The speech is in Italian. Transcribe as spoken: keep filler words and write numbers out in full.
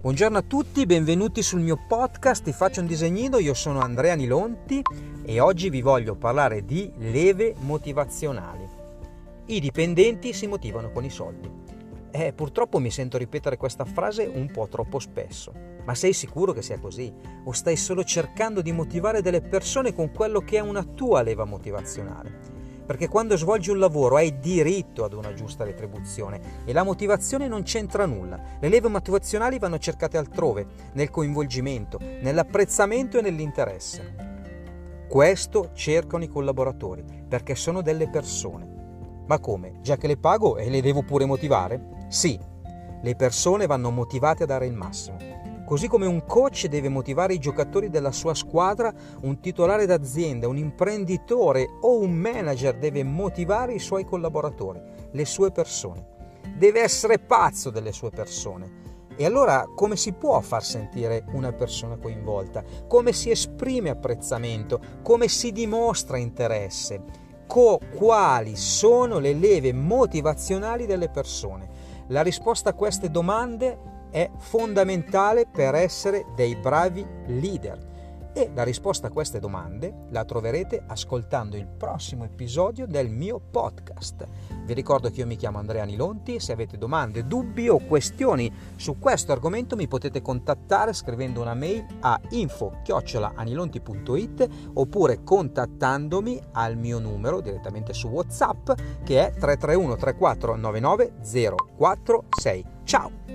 Buongiorno a tutti, benvenuti sul mio podcast Ti faccio un disegnino. Io sono Andrea Nilonti e oggi vi voglio parlare di leve motivazionali. I dipendenti si motivano con i soldi. Eh, purtroppo mi sento ripetere questa frase un po' troppo spesso, ma sei sicuro che sia così? O stai solo cercando di motivare delle persone con quello che è una tua leva motivazionale? Perché quando svolgi un lavoro hai diritto ad una giusta retribuzione e la motivazione non c'entra nulla. Le leve motivazionali vanno cercate altrove, nel coinvolgimento, nell'apprezzamento e nell'interesse. Questo cercano i collaboratori, perché sono delle persone. Ma come? Già che le pago e le devo pure motivare? Sì, le persone vanno motivate a dare il massimo. Così come un coach deve motivare i giocatori della sua squadra, un titolare d'azienda, un imprenditore o un manager deve motivare i suoi collaboratori, le sue persone. Deve essere pazzo delle sue persone. E allora come si può far sentire una persona coinvolta? Come si esprime apprezzamento? Come si dimostra interesse? Co- quali sono le leve motivazionali delle persone? La risposta a queste domande è fondamentale per essere dei bravi leader e la risposta a queste domande la troverete ascoltando il prossimo episodio del mio podcast. Vi ricordo che io mi chiamo Andrea Nilonti. Se avete domande, dubbi o questioni su questo argomento mi potete contattare scrivendo una mail a info chiocciola anilonti punto it oppure contattandomi al mio numero direttamente su WhatsApp che è tre tre uno tre quattro nove nove zero quattro sei. Ciao!